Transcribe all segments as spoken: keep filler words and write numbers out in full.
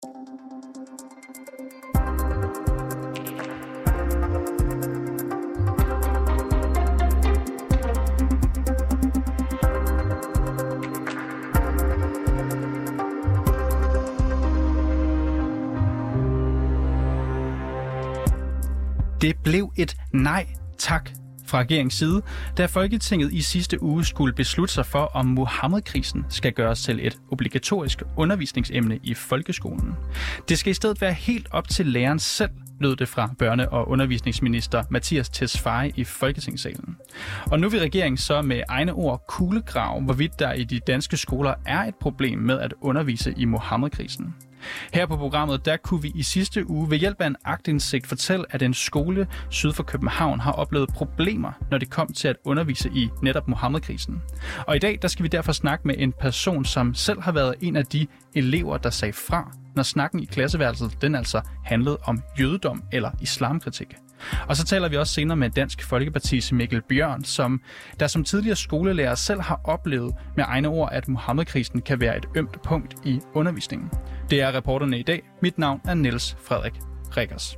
Det blev et nej tak fra regeringens side, da Folketinget i sidste uge skulle beslutte sig for, om Muhammedkrisen skal gøres til et obligatorisk undervisningsemne i folkeskolen. Det skal i stedet være helt op til læreren selv, lød det fra børne- og undervisningsminister Mattias Tesfaye i Folketingssalen. Og nu vil regeringen så med egne ord kuglegrave, hvorvidt der i de danske skoler er et problem med at undervise i Muhammedkrisen. Her på programmet, der kunne vi i sidste uge ved hjælp af en aktindsigt fortælle, at en skole syd for København har oplevet problemer, når det kom til at undervise i netop Muhammedkrisen. Og i dag, der skal vi derfor snakke med en person, som selv har været en af de elever, der sagde fra, når snakken i klasseværelset, den altså handlede om jødedom eller islamkritik. Og så taler vi også senere med Dansk Folkepartis Mikkel Bjørn, som der som tidligere skolelærer selv har oplevet med egne ord, at Muhammedkrisen kan være et ømt punkt i undervisningen. Det er reporterne i dag. Mit navn er Niels Frederik Rikkers.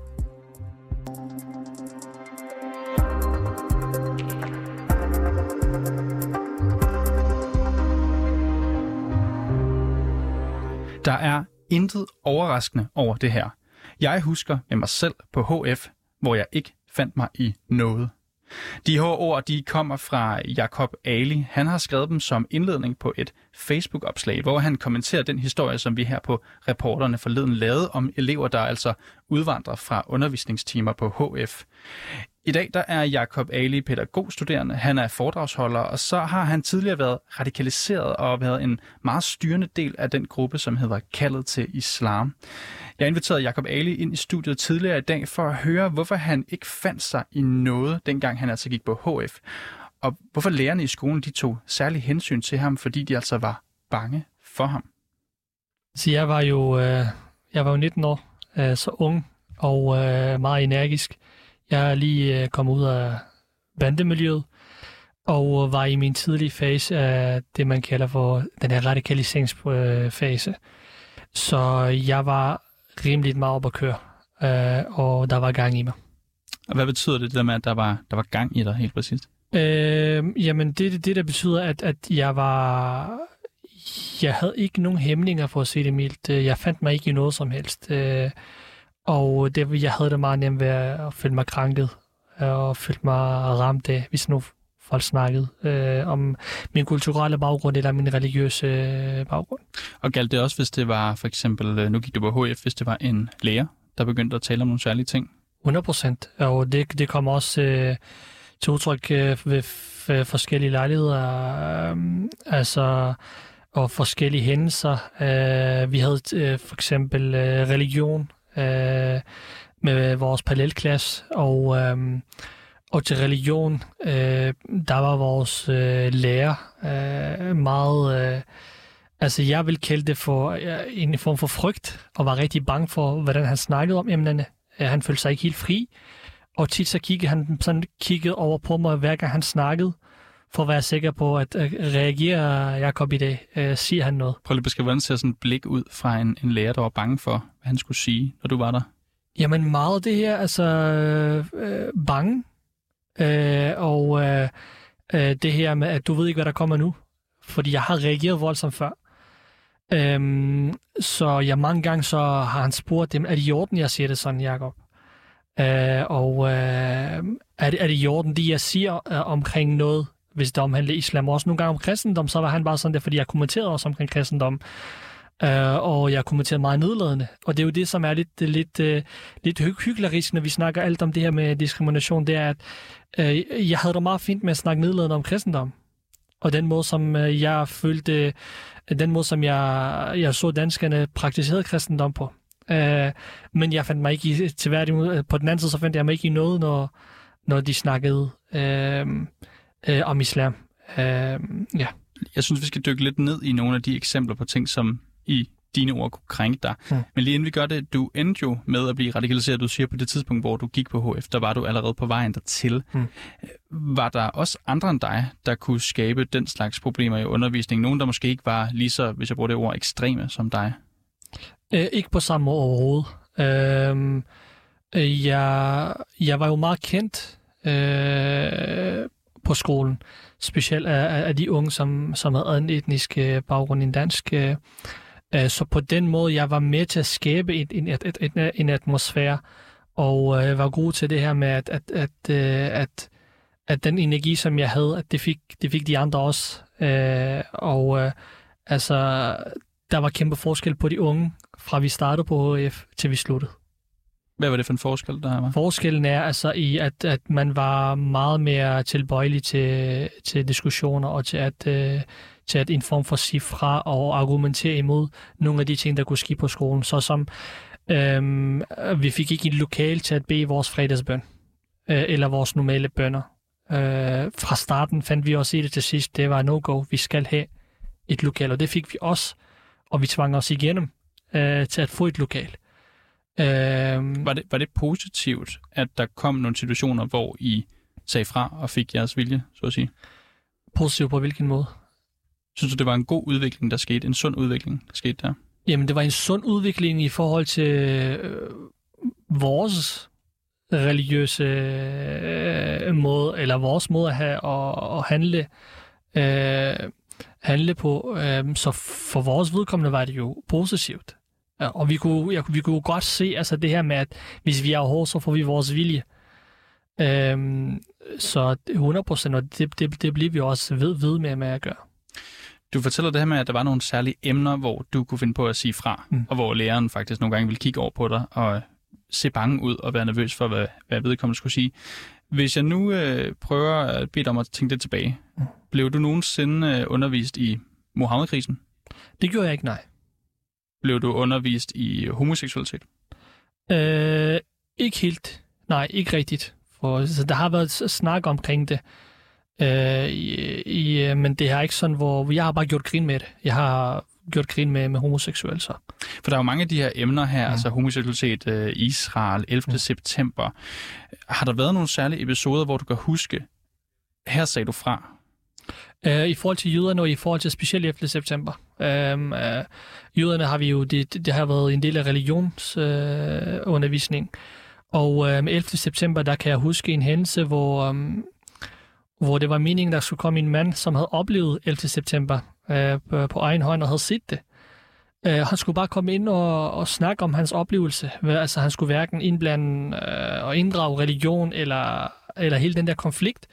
Der er intet overraskende over det her. Jeg husker med mig selv på H F, hvor jeg ikke fandt mig i noget. De her ord, de kommer fra Jacob Ali. Han har skrevet dem som indledning på et Facebook-opslag, hvor han kommenterer den historie, som vi her på reporterne forleden lavede om elever, der altså udvandrer fra undervisningstimer på H F. I dag der er Jacob Ali pædagogstuderende, han er foredragsholder, og så har han tidligere været radikaliseret og været en meget styrende del af den gruppe, som hedder Kaldet til Islam. Jeg inviterede Jacob Ali ind i studiet tidligere i dag for at høre, hvorfor han ikke fandt sig i noget, dengang han altså gik på H F. Og hvorfor lærerne i skolen de tog særlig hensyn til ham, fordi de altså var bange for ham. Så jeg var jo, øh, jeg var jo nitten år, øh, så ung og øh, meget energisk. Jeg er lige øh, kommet ud af bandemiljøet og var i min tidlige fase af det, man kalder for den her radikaliseringsfase. Så jeg var rimelig meget op at køre, øh, og der var gang i mig. Og hvad betyder det, det der med, at der var, der var gang i dig helt præcist? Øh, jamen, det, det der betyder, at, at jeg var... Jeg havde ikke nogen hæmninger, for at sige det mildt. Jeg fandt mig ikke i noget som helst. Øh, og det, jeg havde det meget nemt ved at føle mig krænket, og føle mig ramt af, hvis nu folk snakkede øh, om min kulturelle baggrund eller min religiøse øh, baggrund. Og galt det også, hvis det var for eksempel, nu gik du på H F, hvis det var en lærer, der begyndte at tale om nogle særlige ting? hundrede procent. Og det, det kom også øh, til udtryk øh, ved f- forskellige lejligheder, øh, altså, og forskellige hændelser. Øh, vi havde øh, for eksempel øh, religion øh, med vores parallelklasse, og øh, Og til religion, øh, der var vores øh, lærer øh, meget... Øh, altså, jeg vil kalde det for øh, en form for frygt, og var rigtig bange for, hvordan han snakkede om emnerne. Øh, han følte sig ikke helt fri, og tit så kiggede han sådan kiggede over på mig, hver gang han snakkede, for at være sikker på, at øh, reagerer Jacob i dag, øh, siger han noget. Prøv lige at beskrive, hvordan ser sådan et blik ud fra en, en lærer, der var bange for, hvad han skulle sige, når du var der? Jamen, meget af det her, altså øh, bange. Øh, og øh, øh, det her med, at du ved ikke, hvad der kommer nu. Fordi jeg har reageret voldsomt før. Øh, så jeg mange gange så har han spurgt dem, er det i orden, jeg siger det sådan, Jacob? Øh, og øh, er, det, er det i orden, det jeg siger øh, omkring noget, hvis det omhandler islam? Også nogle gange om kristendom, så var han bare sådan der, fordi jeg kommenterede også omkring kristendom. Uh, og jeg kommenterede meget nedladende. Og det er jo det, som er lidt, lidt, uh, lidt hy- hyklerisk, når vi snakker alt om det her med diskrimination, det er, at uh, jeg havde det meget fint med at snakke nedladende om kristendom. Og den måde, som uh, jeg følte, uh, den måde, som jeg, jeg så danskerne praktiserede kristendom på. Uh, men jeg fandt mig ikke i tilværdig. På den anden side, så fandt jeg mig ikke i noget, når, når de snakkede uh, uh, om islam. Uh, ja. Jeg synes, vi skal dykke lidt ned i nogle af de eksempler på ting, som i dine ord kunne krænke dig. Hmm. Men lige inden vi gør det, du endte jo med at blive radikaliseret. Du siger på det tidspunkt, hvor du gik på H F, der var du allerede på vejen dertil. Hmm. Var der også andre end dig, der kunne skabe den slags problemer i undervisningen? Nogen, der måske ikke var lige så, hvis jeg bruger det ord, ekstreme som dig? Øh, ikke på samme måde overhovedet. Øh, jeg, jeg var jo meget kendt øh, på skolen, specielt af, af de unge, som, som havde en etnisk baggrund end dansk. Øh, så på den måde, jeg var med til at skabe et, en, et, et, et, en atmosfære, og øh, var god til det her med, at, at, at, at, at, at den energi, som jeg havde, at det fik, det fik de andre også. Øh, og øh, altså, der var kæmpe forskel på de unge, fra vi startede på H F, til vi sluttede. Hvad var det for en forskel, der var? Forskellen er altså i, at, at man var meget mere tilbøjelig til, til diskussioner, og til at, øh, til at en form for sige fra og argumentere imod nogle af de ting, der kunne ske på skolen. Så som øh, vi fik ikke et lokal til at bede vores fredagsbøn, øh, eller vores normale bønner. Øh, fra starten fandt vi også i det til sidst, det var no-go, vi skal have et lokal, og det fik vi også, og vi tvang os igennem øh, til at få et lokal. Øh, var, det, var det positivt, at der kom nogle situationer, hvor I sagde fra og fik jeres vilje, så at sige? Positivt på hvilken måde? Synes du, det var en god udvikling, der skete? En sund udvikling, der skete der? Jamen, det var en sund udvikling i forhold til øh, vores religiøse øh, måde, eller vores måde at, have, at, at handle, øh, handle på. Øh, så for vores vedkommende var det jo positivt. Ja, og vi kunne, jeg, vi kunne godt se altså det her med, at hvis vi er hårde, så får vi vores vilje. Øh, så hundrede procent, og det, det, det bliver vi også ved, ved med, med at gøre. Du fortæller det her med, at der var nogle særlige emner, hvor du kunne finde på at sige fra, mm. og hvor læreren faktisk nogle gange ville kigge over på dig og se bange ud og være nervøs for, hvad, hvad vedkommende skulle sige. Hvis jeg nu øh, prøver at bede dig om at tænke lidt tilbage, mm. blev du nogensinde øh, undervist i Muhammedkrisen? Det gjorde jeg ikke, nej. Blev du undervist i homoseksualitet? Øh, ikke helt. Nej, ikke rigtigt. For, så der har været snak omkring det. Øh, i, i, men det er ikke sådan, hvor jeg har bare gjort grin med det. Jeg har gjort grin med, med homoseksuelle. Så. For der er jo mange af de her emner her, mm. altså homoseksualitet, øh, Israel, ellevte Mm. september. Har der været nogle særlige episoder, hvor du kan huske, her sagde du fra? Uh, I forhold til jøderne og i forhold til specielt ellevte september. Uh, uh, jøderne har vi jo, det, det har været en del af religionsundervisning. Uh, og uh, med ellevte september, der kan jeg huske en hændelse, hvor, um, hvor det var meningen, der skulle komme en mand, som havde oplevet ellevte september uh, på, på egen hånd og havde set det. Uh, han skulle bare komme ind og, og snakke om hans oplevelse. Altså han skulle hverken indblande uh, og inddrage religion eller, eller hele den der konflikt.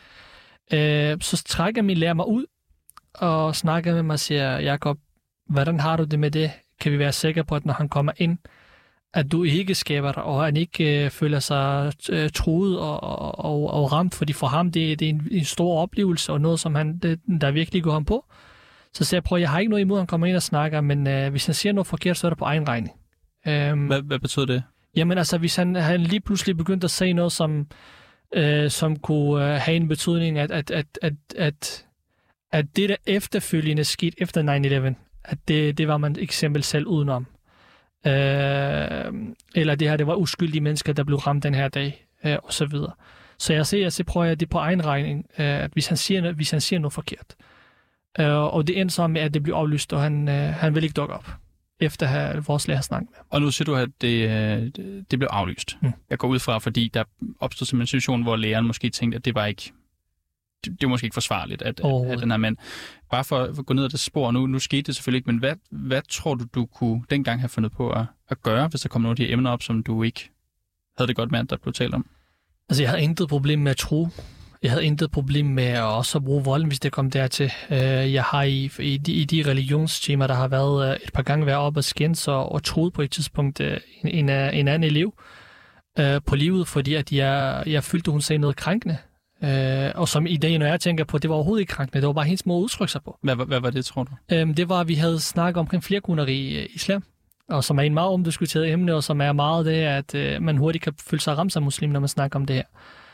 Uh, så trækker min lærer mig ud og snakker med mig og siger, Jakob, hvordan har du det med det? Kan vi være sikre på, at når han kommer ind, at du ikke skaber dig, og han ikke uh, føler sig uh, truet og, og, og ramt, fordi for ham det, det er en, en stor oplevelse, og noget, som han, det, der virkelig går ham på. Så siger jeg, prøv, jeg har ikke noget imod, at han kommer ind og snakker, men uh, hvis han siger noget forkert, så er det på egen regning. Um, hvad, hvad betyder det? Jamen altså, hvis han, han lige pludselig begyndte at sige noget, som, uh, som kunne uh, have en betydning, at, at, at, at, at, at det, der efterfølgende skete efter nine eleven, at det, det var man eksempel selv udenom. Uh, eller det her, det var uskyldige mennesker, der blev ramt den her dag, uh, og så videre. Så jeg ser, jeg ser, prøver jeg det på egen regning, uh, at hvis han siger, hvis han siger noget forkert. Uh, og det endte så med, at det blev aflyst, og han, uh, han ville ikke dukke op, efter at have vores lærer snakket med. Og nu siger du, at det, det blev aflyst. Mm. Jeg går ud fra, fordi der opstod simpelthen en situation, hvor læreren måske tænkte, at det var ikke det, det var måske ikke forsvarligt, at, oh. at den her mand... Bare for, for at gå ned ad det spor, nu, nu skete det selvfølgelig ikke, men hvad, hvad tror du, du kunne dengang have fundet på at, at gøre, hvis der kom nogle af de emner op, som du ikke havde det godt med, at der blev talt om? Altså, jeg havde intet problem med at tro. Jeg havde intet problem med at også bruge volden, hvis det kom dertil. Jeg har i, i, de, i de religionstimer, der har været et par gange været op og skændt og, og troet på et tidspunkt en, en, en anden elev øh, på livet, fordi at jeg, jeg følte, hun sagde noget krænkende. Øh, og som i dag, når jeg tænker på, det var overhovedet ikke krænkende, det var bare hendes måde at udtrykke sig på. Hvad, hvad, hvad var det, tror du? Øh, det var, at vi havde snakket omkring flerkoneri i islam, og som er en meget omdiskuteret emne, og som er meget det, at øh, man hurtigt kan føle sig ramt som muslim, når man snakker om det her.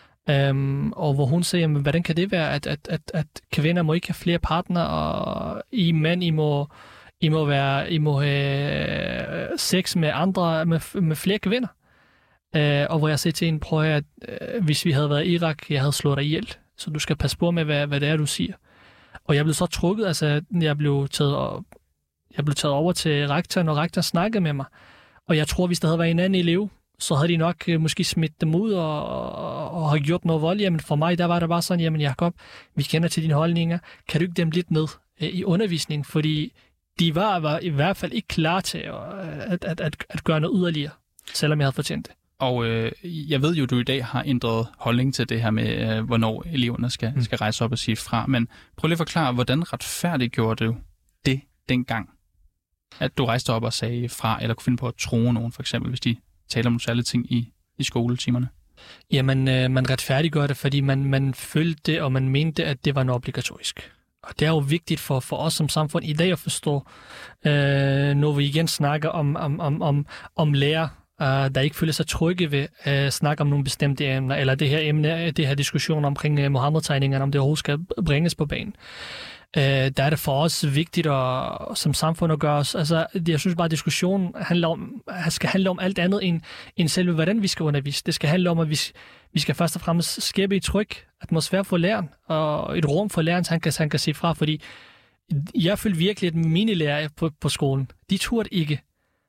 Um, og hvor hun siger, jamen, hvordan kan det være, at, at, at, at kvinder må ikke have flere partnere, og I mænd, I må, I må, være, I må have sex med andre, med, med flere kvinder. Uh, og hvor jeg siger til en, prøv at uh, hvis vi havde været i Irak, jeg havde slået dig ihjel, så du skal passe på med, hvad, hvad det er, du siger. Og jeg blev så trukket, altså jeg blev taget, jeg blev taget over til rektoren, og rektoren snakkede med mig. Og jeg tror, hvis der havde været en anden elev, så havde de nok øh, måske smidt dem ud og, og, og have gjort noget vold. Jamen for mig, der var det bare sådan, jamen Jacob, vi kender til dine holdninger. Kan du ikke dem lidt ned øh, i undervisning? Fordi de var, var i hvert fald ikke klar til at, at, at, at gøre noget yderligere, selvom jeg havde fortjent det. Og øh, jeg ved jo, at du i dag har ændret holdning til det her med, øh, hvornår eleverne skal, mm. skal rejse op og sige fra. Men prøv lige at forklare, hvordan retfærdiggjorde du det dengang? At du rejste op og sagde fra, eller kunne finde på at true nogen, for eksempel, hvis de taler om nogle særlige ting i, i skoletimerne? Jamen, øh, man retfærdiggør det, fordi man, man følte det, og man mente, at det var noget obligatorisk. Og det er jo vigtigt for, for os som samfund i dag at forstå, øh, når vi igen snakker om, om, om, om, om lærer, øh, der ikke føler sig trygge ved at uh, snakke om nogle bestemte emner, eller det her emne, det her diskussion omkring uh, Muhammed-tegningerne, om det overhovedet skal bringes på banen. Uh, der er det for os vigtigt at, som samfund at gøre os. Altså, jeg synes bare, at diskussionen handler om, skal handle om alt andet end, end selve, hvordan vi skal undervise. Det skal handle om, at vi, vi skal først og fremmest skabe et tryg atmosfære for læreren, og et rum for læreren, så han kan, så han kan sige fra. Fordi jeg følte virkelig, at mine lærere på, på skolen, de turde ikke,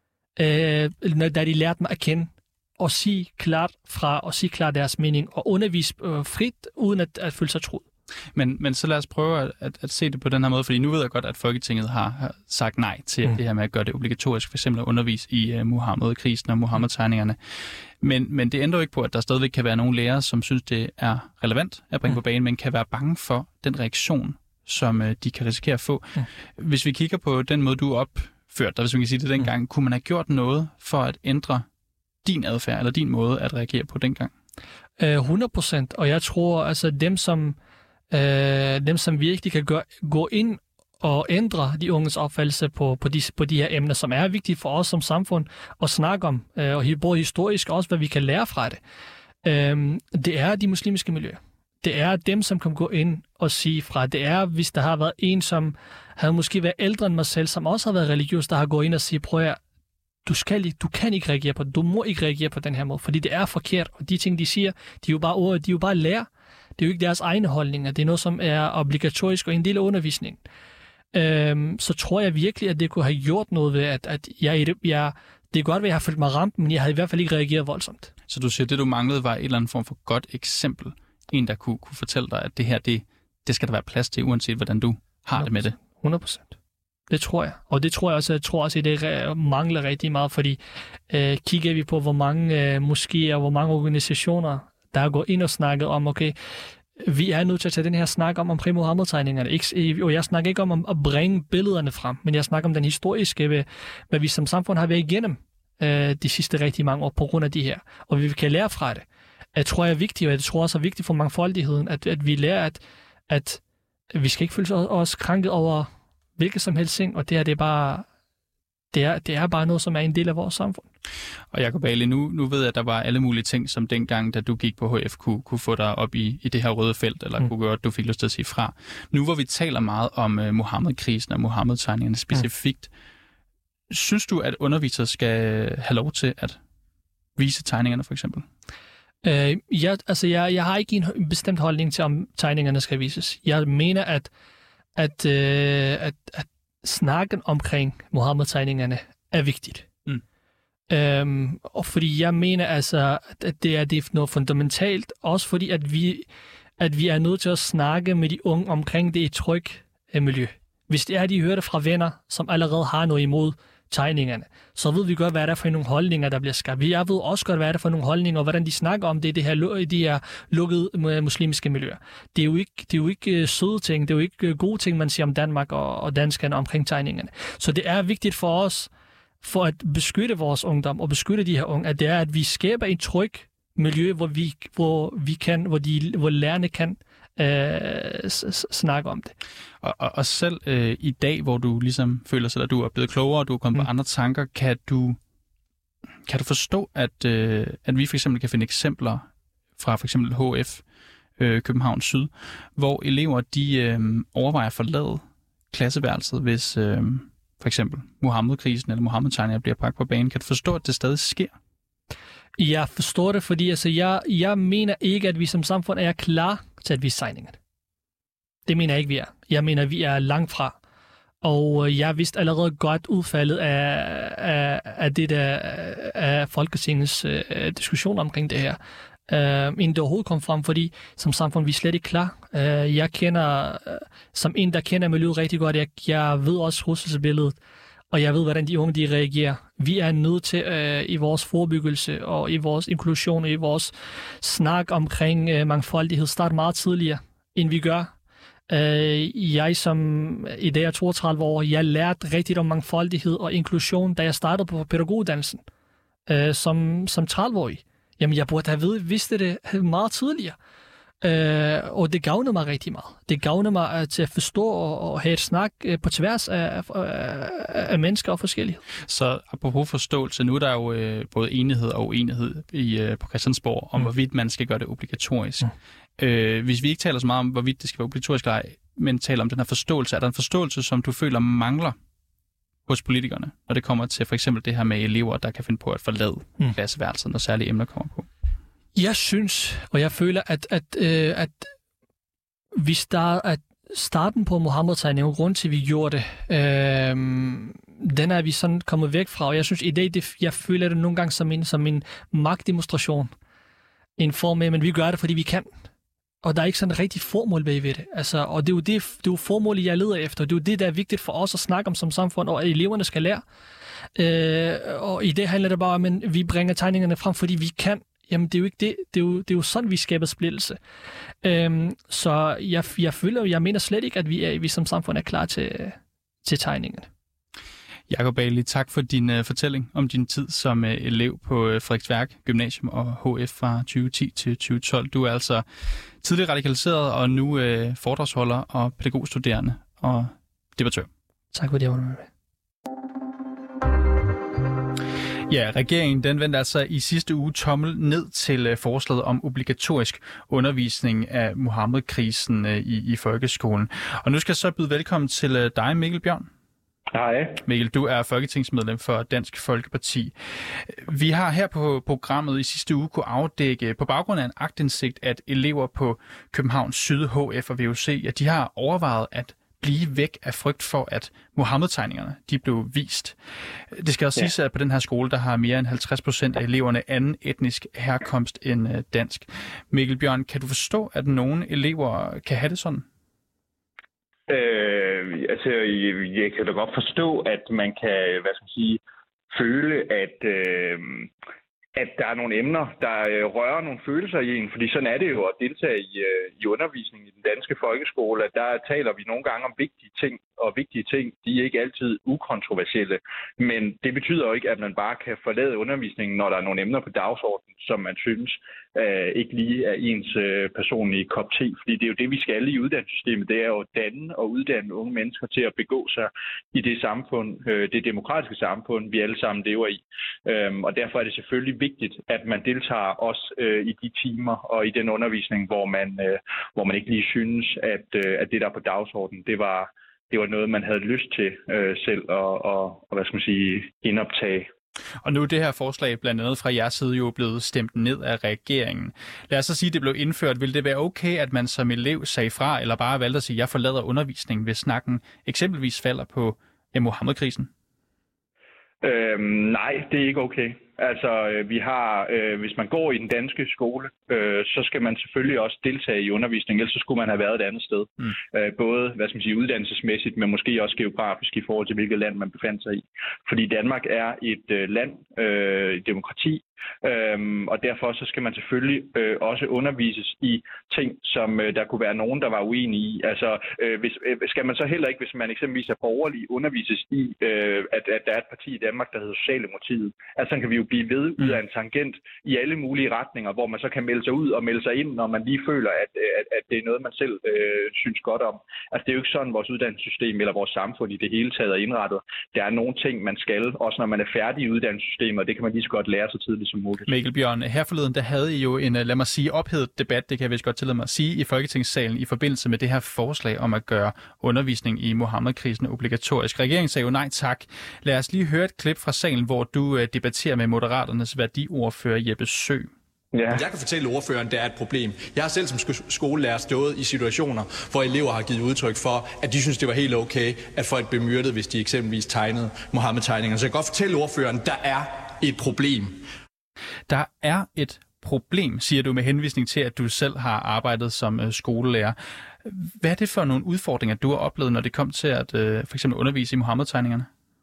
øh, da de lærte mig at kende, og sige klart fra, og sige klart deres mening, og undervise øh, frit, uden at, at føle sig truet. Men, men så lad os prøve at, at, at se det på den her måde, fordi nu ved jeg godt, at Folketinget har, har sagt nej til mm. det her med at gøre det obligatorisk, for eksempel at undervise i uh, Muhammed-krisen og Muhammed-tegningerne. Men, men det ændrer jo ikke på, at der stadigvæk kan være nogle lærere, som synes, det er relevant at bringe mm. på banen, men kan være bange for den reaktion, som uh, de kan risikere at få. Mm. Hvis vi kigger på den måde, du opførte dig, hvis vi kan sige det dengang, mm. kunne man have gjort noget for at ændre din adfærd, eller din måde at reagere på dengang? Uh, hundrede procent, og jeg tror, altså dem, som Uh, dem, som virkelig kan gøre, gå ind og ændre de unges opfattelse på, på, de, på de her emner, som er vigtige for os som samfund at snakke om, uh, og både historisk og også, hvad vi kan lære fra det. Uh, det er de muslimske miljøer. Det er dem, som kan gå ind og sige fra. Det er, hvis der har været en, som havde måske været ældre end mig selv, som også har været religiøs, der har gået ind og sige, prøv at du, skal, du kan ikke reagere på det. Du må ikke reagere på den her måde, fordi det er forkert. Og de ting, de siger, de er jo bare ord, de er jo bare lære. Det er jo ikke deres egne holdninger. Det er noget, som er obligatorisk og en del af undervisningen. Øhm, så tror jeg virkelig, at det kunne have gjort noget ved, at, at jeg, jeg, det er godt, at jeg har følt mig ramt, men jeg havde i hvert fald ikke reageret voldsomt. Så du siger, at det, du manglede, var en eller anden form for godt eksempel. En, der kunne, kunne fortælle dig, at det her, det, det skal der være plads til, uanset hvordan du har det med det. hundrede procent. Det tror jeg. Og det tror jeg også, jeg tror også, at det mangler rigtig meget, fordi øh, kigger vi på, hvor mange øh, moskéer, hvor mange organisationer, der er gået ind og snakket om, okay, vi er nødt til at tage den her snak om omkring Muhammed-tegningerne. Og jeg snakker ikke om at bringe billederne frem, men jeg snakker om den historiske, hvad vi som samfund har været igennem øh, de sidste rigtig mange år på grund af de her. Og vi kan lære fra det. Jeg tror, det er vigtigt, og jeg tror også er vigtigt for mangfoldigheden, at, at vi lærer, at, at vi skal ikke føle os krænket over hvilket som helst ting, og det her, det er bare... Det er, det er bare noget, som er en del af vores samfund. Og Jacob Ali, nu, nu ved jeg, at der var alle mulige ting, som dengang, da du gik på H F, kunne, kunne få dig op i, i det her røde felt, eller mm. kunne gøre, at du fik lyst til at sige fra. Nu hvor vi taler meget om uh, Muhammed-krisen og Muhammed-tegningerne specifikt, mm. synes du, at undervisere skal have lov til at vise tegningerne, for eksempel? Øh, jeg, altså, jeg, jeg har ikke en bestemt holdning til, om tegningerne skal vises. Jeg mener, at, at, øh, at, at snakken omkring Muhammed-tegningerne er vigtigt. Mm. Øhm, og fordi jeg mener altså, at det er, det er noget fundamentalt, også fordi, at vi, at vi er nødt til at snakke med de unge omkring det i tryg miljø. Hvis det er, de hører det fra venner, som allerede har noget imod tegningerne, så ved vi godt, hvad der er for nogle holdninger, der bliver skabt. Jeg ved også godt, hvad der er for nogle holdninger, og hvordan de snakker om det, det her, de her lukkede muslimske miljøer. Det er jo ikke, det er jo ikke uh, søde ting, det er jo ikke uh, gode ting, man siger om Danmark og, og danskerne omkring tegningerne. Så det er vigtigt for os, for at beskytte vores ungdom og beskytte de her unge, at det er, at vi skaber et tryg miljø, hvor vi, hvor vi kan, hvor de, hvor lærerne kan øh, snakke om det. Og, og, og selv øh, i dag, hvor du ligesom føler sig, at du er blevet klogere, og du er kommet mm. på andre tanker, kan du, kan du forstå, at, øh, at vi for eksempel kan finde eksempler fra for eksempel H F, øh, København Syd, hvor elever de øh, overvejer at forlade klasseværelset, hvis øh, for eksempel Muhammed-krisen eller Muhammed-tegningerne bliver bragt på banen. Kan du forstå, at det stadig sker? Jeg forstår det, fordi altså, jeg, jeg mener ikke, at vi som samfund er klar til at vise tegningerne. Det mener jeg ikke, vi er. Jeg mener, vi er langt fra. Og jeg vidste allerede godt udfaldet af, af, af det der af Folketingets uh, diskussion omkring det her. Uh, inden det overhovedet kom frem, fordi som samfund vi er slet ikke klar. Uh, jeg kender, uh, som en, der kender miljøet rigtig godt, jeg, jeg ved også trusselsbilledet, og jeg ved, hvordan de unge de reagerer. Vi er nødt til uh, i vores forebyggelse og i vores inklusion og i vores snak omkring uh, mangfoldighed starte meget tidligere, end vi gør. Uh, jeg som i dag er toogtredive år, jeg lærte rigtig om mangfoldighed og inklusion, da jeg startede på pædagoguddannelsen uh, som, som tredive-årig. Jamen, jeg burde have ved, vidste det meget tidligere. Uh, og det gavnede mig rigtig meget. Det gavnede mig uh, til at forstå og, og have et snak uh, på tværs af, af, af mennesker og forskellighed. Så apropos forståelse, nu er der jo uh, både enighed og uenighed i, uh, på Christiansborg om, mm. hvorvidt man skal gøre det obligatorisk. Mm. Uh, hvis vi ikke taler så meget om, hvorvidt det skal være obligatorisk eller ej, men taler om den her forståelse, er der en forståelse, som du føler mangler hos politikerne, når det kommer til for eksempel det her med elever, der kan finde på at forlade mm. klasseværelset, når særlige emner kommer på? Jeg synes, og jeg føler, at, at, øh, at vi start, at starten på Muhammed-tegningen, grund til, at vi gjorde det, øh, den er vi sådan kommet væk fra, og jeg synes i dag, det, jeg føler det nogle gange som en, som en magtdemonstration. En form af, men vi gør det, fordi vi kan. Og der er ikke sådan en rigtig formål bagved det. Altså, og det er jo det, det er jo formålet, jeg leder efter. Det er jo det, der er vigtigt for os at snakke om som samfund, og at eleverne skal lære. Øh, og i det handler det bare om, at vi bringer tegningerne frem, fordi vi kan. Jamen, det er jo ikke det. Det er jo, det er jo sådan, vi skaber splittelse. Øh, så jeg, jeg føler, jeg mener slet ikke, at vi, er, vi som samfund er klar til, til tegningerne. Jakob Bailey, tak for din uh, fortælling om din tid som uh, elev på uh, Frederiksværk Gymnasium og H F fra tyve ti til tyve tolv. Du er altså tidligere radikaliseret og nu uh, foredragsholder og pædagogstuderende og debattør. Tak for det, jeg var med. Ja, regeringen den vendte altså i sidste uge tommel ned til uh, forslaget om obligatorisk undervisning af Muhammed-krisen uh, i, i folkeskolen. Og nu skal jeg så byde velkommen til uh, dig, Mikkel Bjørn. Hej. Mikkel, du er folketingsmedlem for Dansk Folkeparti. Vi har her på programmet i sidste uge kunne afdække på baggrund af en aktindsigt, at elever på Københavns Syd, H F og V U C, at de har overvejet at blive væk af frygt for, at Muhammed-tegningerne de blev vist. Det skal også ja. siges, at på den her skole, der har mere end halvtreds procent af eleverne anden etnisk herkomst end dansk. Mikkel Bjørn, kan du forstå, at nogle elever kan have det sådan? Øh, altså, jeg, jeg kan da godt forstå, at man kan, hvad skal man sige, føle, at, øh, at der er nogle emner, der øh, rører nogle følelser i en. Fordi sådan er det jo at deltage i, øh, i undervisningen i den danske folkeskole, at der taler vi nogle gange om vigtige ting, og vigtige ting, de er ikke altid ukontroversielle. Men det betyder jo ikke, at man bare kan forlade undervisningen, når der er nogle emner på dagsordenen, som man synes øh, ikke lige er ens øh, personlige kop te. Fordi det er jo det, vi skal i uddannelsessystemet. Det er jo at danne og uddanne unge mennesker til at begå sig i det samfund, øh, det demokratiske samfund, vi alle sammen lever i. Øhm, og derfor er det selvfølgelig vigtigt, at man deltager også øh, i de timer og i den undervisning, hvor man, øh, hvor man ikke lige synes, at, øh, at det der på dagsordenen, det var Det var noget, man havde lyst til øh, selv at og, og, hvad skal man sige, indoptage. Og nu er det her forslag blandt andet fra jeres side jo blevet stemt ned af regeringen. Lad os så sige, at det blev indført. Vil det være okay, at man som elev sagde fra, eller bare valgte at sige, at jeg forlader undervisningen, hvis snakken eksempelvis falder på ja, Muhammed-krisen? Øhm, nej, det er ikke okay. Altså, øh, vi har, øh, hvis man går i den danske skole, øh, så skal man selvfølgelig også deltage i undervisning, ellers så skulle man have været et andet sted. Mm. Øh, både, hvad skal man sige, uddannelsesmæssigt, men måske også geografisk i forhold til, hvilket land man befandt sig i. Fordi Danmark er et øh, land, øh, et demokrati, Øhm, og derfor så skal man selvfølgelig øh, også undervises i ting, som øh, der kunne være nogen, der var uenige i. Altså, øh, hvis, øh, skal man så heller ikke, hvis man eksempelvis er borgerlig, undervises i, øh, at, at der er et parti i Danmark, der hedder Socialdemokratiet. Altså, så kan vi jo blive ved ud af en tangent i alle mulige retninger, hvor man så kan melde sig ud og melde sig ind, når man lige føler, at, at, at det er noget, man selv øh, synes godt om. Altså, det er jo ikke sådan, vores uddannelsessystem eller vores samfund i det hele taget er indrettet. Der er nogle ting, man skal, også når man er færdig i uddannelsessystemet, og det kan man lige så godt lære så tidligt som muligt. Mikkel Bjørn, her forleden, der havde I jo en, lad mig sige, ophedet debat, det kan jeg vist godt tillade mig at sige, i Folketingssalen i forbindelse med det her forslag om at gøre undervisning i Muhammed-krisen obligatorisk. Regeringen sagde jo nej tak. Lad os lige høre et klip fra salen, hvor du debatterer med Moderaternes værdiordfører Jeppe Søe. Ja. Jeg kan fortælle ordføreren, at det er et problem. Jeg har selv som skolelærer stået i situationer, hvor elever har givet udtryk for, at de synes, det var helt okay, at folk blev myrdet, hvis de eksempelvis tegnede Mohammed-tegningerne. Så jeg kan godt fortælle ordføreren, at der er et problem. Der er et problem, siger du med henvisning til, at du selv har arbejdet som skolelærer. Hvad er det for nogle udfordringer, du har oplevet, når det kom til at for eksempel undervise i Mohammed-tegningerne?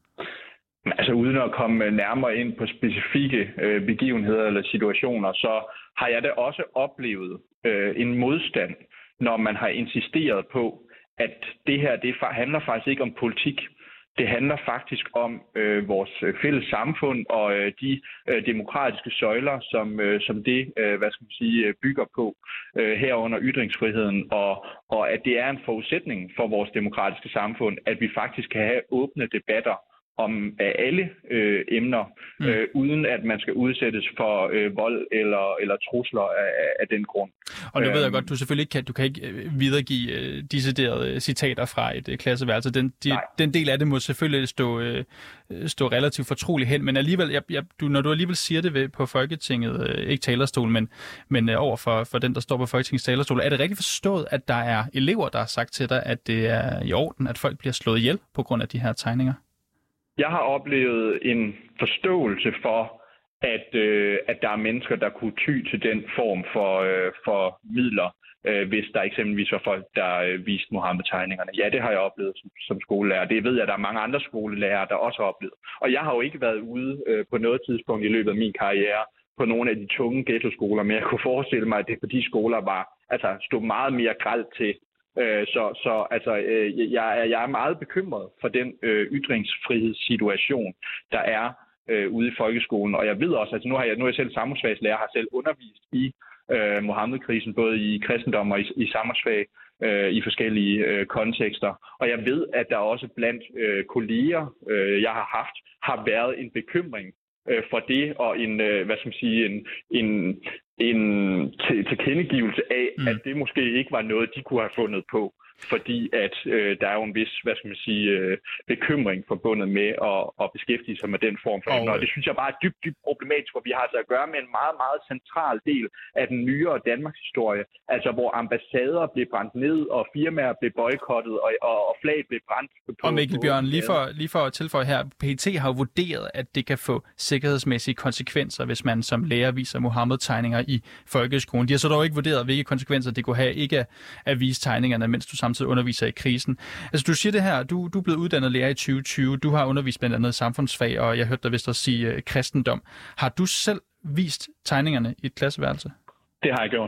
Altså uden at komme nærmere ind på specifikke øh, begivenheder eller situationer, så har jeg da også oplevet øh, en modstand, når man har insisteret på, at det her det handler faktisk ikke om politik. Det handler faktisk om øh, vores fælles samfund og øh, de øh, demokratiske søjler, som, øh, som det øh, hvad skal man sige, bygger på øh, herunder ytringsfriheden, og, og at det er en forudsætning for vores demokratiske samfund, at vi faktisk kan have åbne debatter om alle øh, emner, øh, mm. uden at man skal udsættes for øh, vold eller, eller trusler af, af den grund. Og nu ved jeg godt, du selvfølgelig ikke kan, du kan ikke videregive øh, deciderede citater fra et øh, klasseværelse. Den, de, den del af det må selvfølgelig stå, øh, stå relativt fortroligt hen, men alligevel, jeg, jeg, du, når du alligevel siger det ved, på Folketinget, øh, ikke talerstol, men, men øh, over for, for den, der står på Folketingets talerstol, er det rigtig forstået, at der er elever, der har sagt til dig, at det er i orden, at folk bliver slået ihjel på grund af de her tegninger? Jeg har oplevet en forståelse for, at, øh, at der er mennesker, der kunne ty til den form for, øh, for midler, øh, hvis der eksempelvis var folk, der øh, viste Mohammed-tegningerne. Ja, det har jeg oplevet som, som skolelærer. Det ved jeg, at der er mange andre skolelærere, der også har oplevet. Og jeg har jo ikke været ude øh, på noget tidspunkt i løbet af min karriere på nogle af de tunge ghetto-skoler, men jeg kunne forestille mig, at det på de skoler var, altså, stod meget mere grelt til. Så, så altså, jeg, er, jeg er meget bekymret for den øh, ytringsfrihedssituation, der er øh, ude i folkeskolen. Og jeg ved også, altså nu har jeg, nu er jeg selv samfundsfagslærer, har selv undervist i øh, Mohammed-krisen, både i kristendom og i, i samfundsfag, øh, i forskellige øh, kontekster. Og jeg ved, at der også blandt øh, kolleger, øh, jeg har haft, har været en bekymring øh, for det, og en, øh, hvad skal man sige, en, en en tilkendegivelse af, mm. at det måske ikke var noget, de kunne have fundet på, fordi at øh, der er jo en vis, hvad skal man sige, øh, bekymring forbundet med at, at beskæftige sig med den form for emner. Og det synes jeg bare er dybt, dybt problematisk, hvor vi har altså at gøre med en meget, meget central del af den nyere Danmarks historie, altså hvor ambassader blev brændt ned, og firmaer blev boykottet, og, og, og flag blev brændt på. Og Mikkel Bjørn, lige for, lige for at tilføje her, P E T har jo vurderet, at det kan få sikkerhedsmæssige konsekvenser, hvis man som lærer viser Mohammed-tegninger i folkeskolen. De har så dog ikke vurderet, hvilke konsekvenser det kunne have ikke at vise tegningerne, mens du samtidig underviser i krisen. Altså du siger det her, du, du er blevet uddannet lærer i tyve tyve, du har undervist blandt andet samfundsfag, og jeg hørte dig vist også sige uh, kristendom. Har du selv vist tegningerne i et klasseværelse? Det har jeg gjort.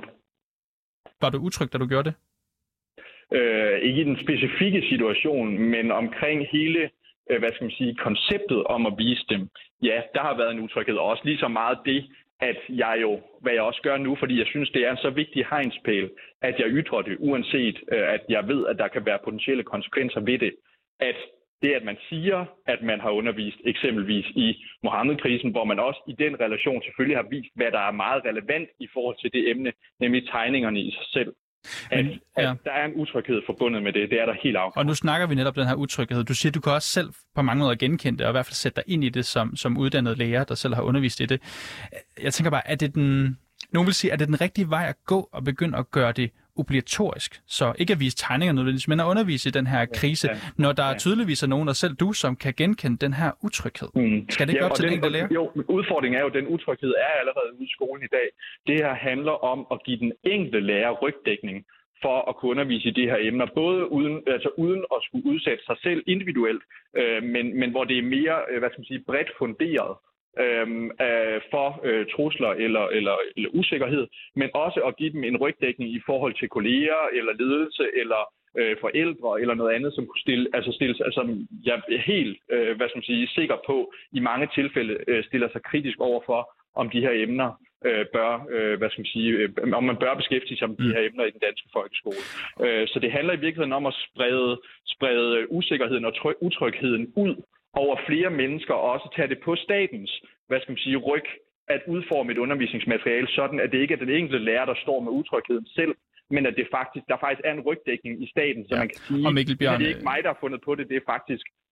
Var du utryg, da du gjorde det? Øh, ikke i den specifikke situation, men omkring hele, øh, hvad skal man sige, konceptet om at vise dem. Ja, der har været en utryghed, og også lige så meget det, at jeg jo, hvad jeg også gør nu, fordi jeg synes, det er en så vigtig hegnspæl, at jeg ytrer det, uanset at jeg ved, at der kan være potentielle konsekvenser ved det, at det, at man siger, at man har undervist eksempelvis i Mohammed-krisen, hvor man også i den relation selvfølgelig har vist, hvad der er meget relevant i forhold til det emne, nemlig tegningerne i sig selv. At, Men, ja. at der er en utryghed forbundet med det, det er der helt afgørende. Og nu snakker vi netop den her utryghed. Du siger, du kan også selv på mange måder genkende det, og i hvert fald sætte dig ind i det som, som uddannet lærer, der selv har undervist i det. Jeg tænker bare, er det den, nogen vil sige, er det den rigtige vej at gå og begynde at gøre det obligatorisk? Så ikke at vise tegninger nødvendigvis, men at undervise i den her krise, ja, ja, når der ja. tydeligvis er nogen, og selv du, som kan genkende den her utryghed. Mm. Skal det ikke ja, op til den enkelte lærer? Jo, udfordringen er jo, at den utryghed er allerede ude i skolen i dag. Det her handler om at give den enkelte lærer rygdækning for at kunne undervise i de her emner, både uden, altså uden at skulle udsætte sig selv individuelt, øh, men, men hvor det er mere, øh, hvad skal man sige, bredt funderet øh, for øh, trusler eller, eller, eller usikkerhed, men også at give dem en rygdækning i forhold til kolleger eller ledelse eller øh, forældre eller noget andet, som kunne stille, altså stilles, altså jeg er helt, øh, hvad skal man sige, sikker på, i mange tilfælde øh, stiller sig kritisk over for, om de her emner øh, bør, øh, hvad skal man sige, øh, om man bør beskæftige sig med de her emner i den danske folkeskole. Øh, så det handler i virkeligheden om at sprede, sprede usikkerheden og tryg, utrygheden ud over flere mennesker, og også tage det på statens, hvad skal man sige, ryg, at udforme et undervisningsmateriale, sådan at det ikke er den enkelte lærer, der står med utrygheden selv, men at det faktisk, der faktisk er en rygdækning i staten, så ja. man kan sige, Mikkel Bjørn, at det er ikke mig, der har fundet på det, det er faktisk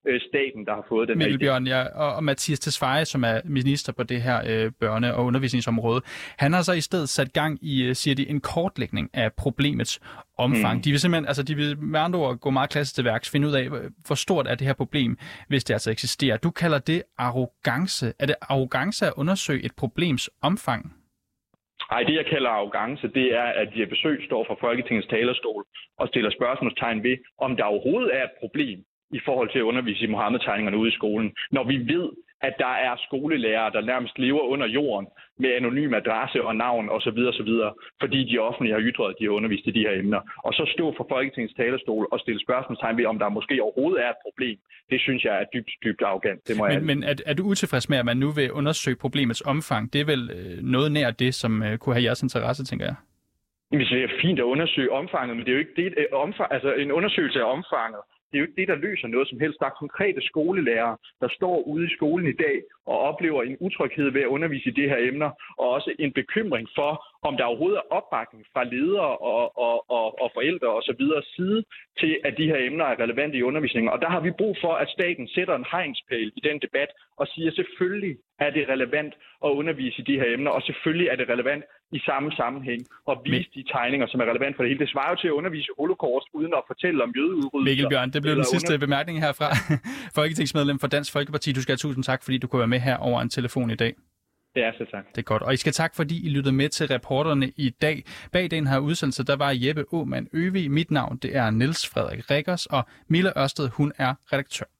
øh, staten, der har fået den Mikkel her idé. Bjørn, ja, og, og Mathias Tesfaye, som er minister på det her øh, børne- og undervisningsområde, han har så i stedet sat gang i, siger de, en kortlægning af problemets omfang. Mm. De vil simpelthen, altså de vil med andre ord gå meget klassisk til værks, finde ud af, hvor stort er det her problem, hvis det altså eksisterer. Du kalder det arrogance. Er det arrogance at undersøge et problems omfang? Nej, det jeg kalder arrogance, det er, at de besøg står fra Folketingets talerstol og stiller spørgsmålstegn ved, om der overhovedet er et problem i forhold til at undervise i Muhammed-tegningerne ude i skolen, når vi ved, at der er skolelærere, der nærmest lever under jorden med anonym adresse og navn osv. osv., fordi de offentlige har ytret, at de har undervist i de her emner. Og så stå fra Folketingets talerstol og stille spørgsmålstegn ved, om der måske overhovedet er et problem. Det synes jeg er dybt, dybt arrogant. Det må men jeg men er, er du utilfreds med, at man nu vil undersøge problemets omfang? Det er vel øh, noget nær det, som øh, kunne have jeres interesse, tænker jeg? Jamen, det er fint at undersøge omfanget, men det er jo ikke det, øh, omfang, altså en undersøgelse af omfanget. Det er jo ikke det, der løser noget som helst. Der er konkrete skolelærere, der står ude i skolen i dag og oplever en utryghed ved at undervise i de her emner, og også en bekymring for, om der overhovedet er opbakning fra ledere og, og, og, og forældre osv. side til, at de her emner er relevante i undervisningen. Og der har vi brug for, at staten sætter en hegnspæl i den debat og siger, at selvfølgelig er det relevant at undervise i de her emner, og selvfølgelig er det relevant i samme sammenhæng og vise de tegninger, som er relevant for det hele. Det svarer jo til at undervise holocaust uden at fortælle om jødeudryddelser. Mikkel Bjørn, det blev den sidste under... bemærkning herfra. Folketingsmedlem for Dansk Folkeparti, du skal have tusind tak, fordi du kunne være med her over en telefon i dag. Ja, så tak. Det er godt. Og I skal tak, fordi I lyttede med til reporterne i dag. Bag den her udsendelse, der var Jeppe Aumann Øvig. Mit navn, det er Niels Frederik Rikkers, og Mille Ørsted, hun er redaktør.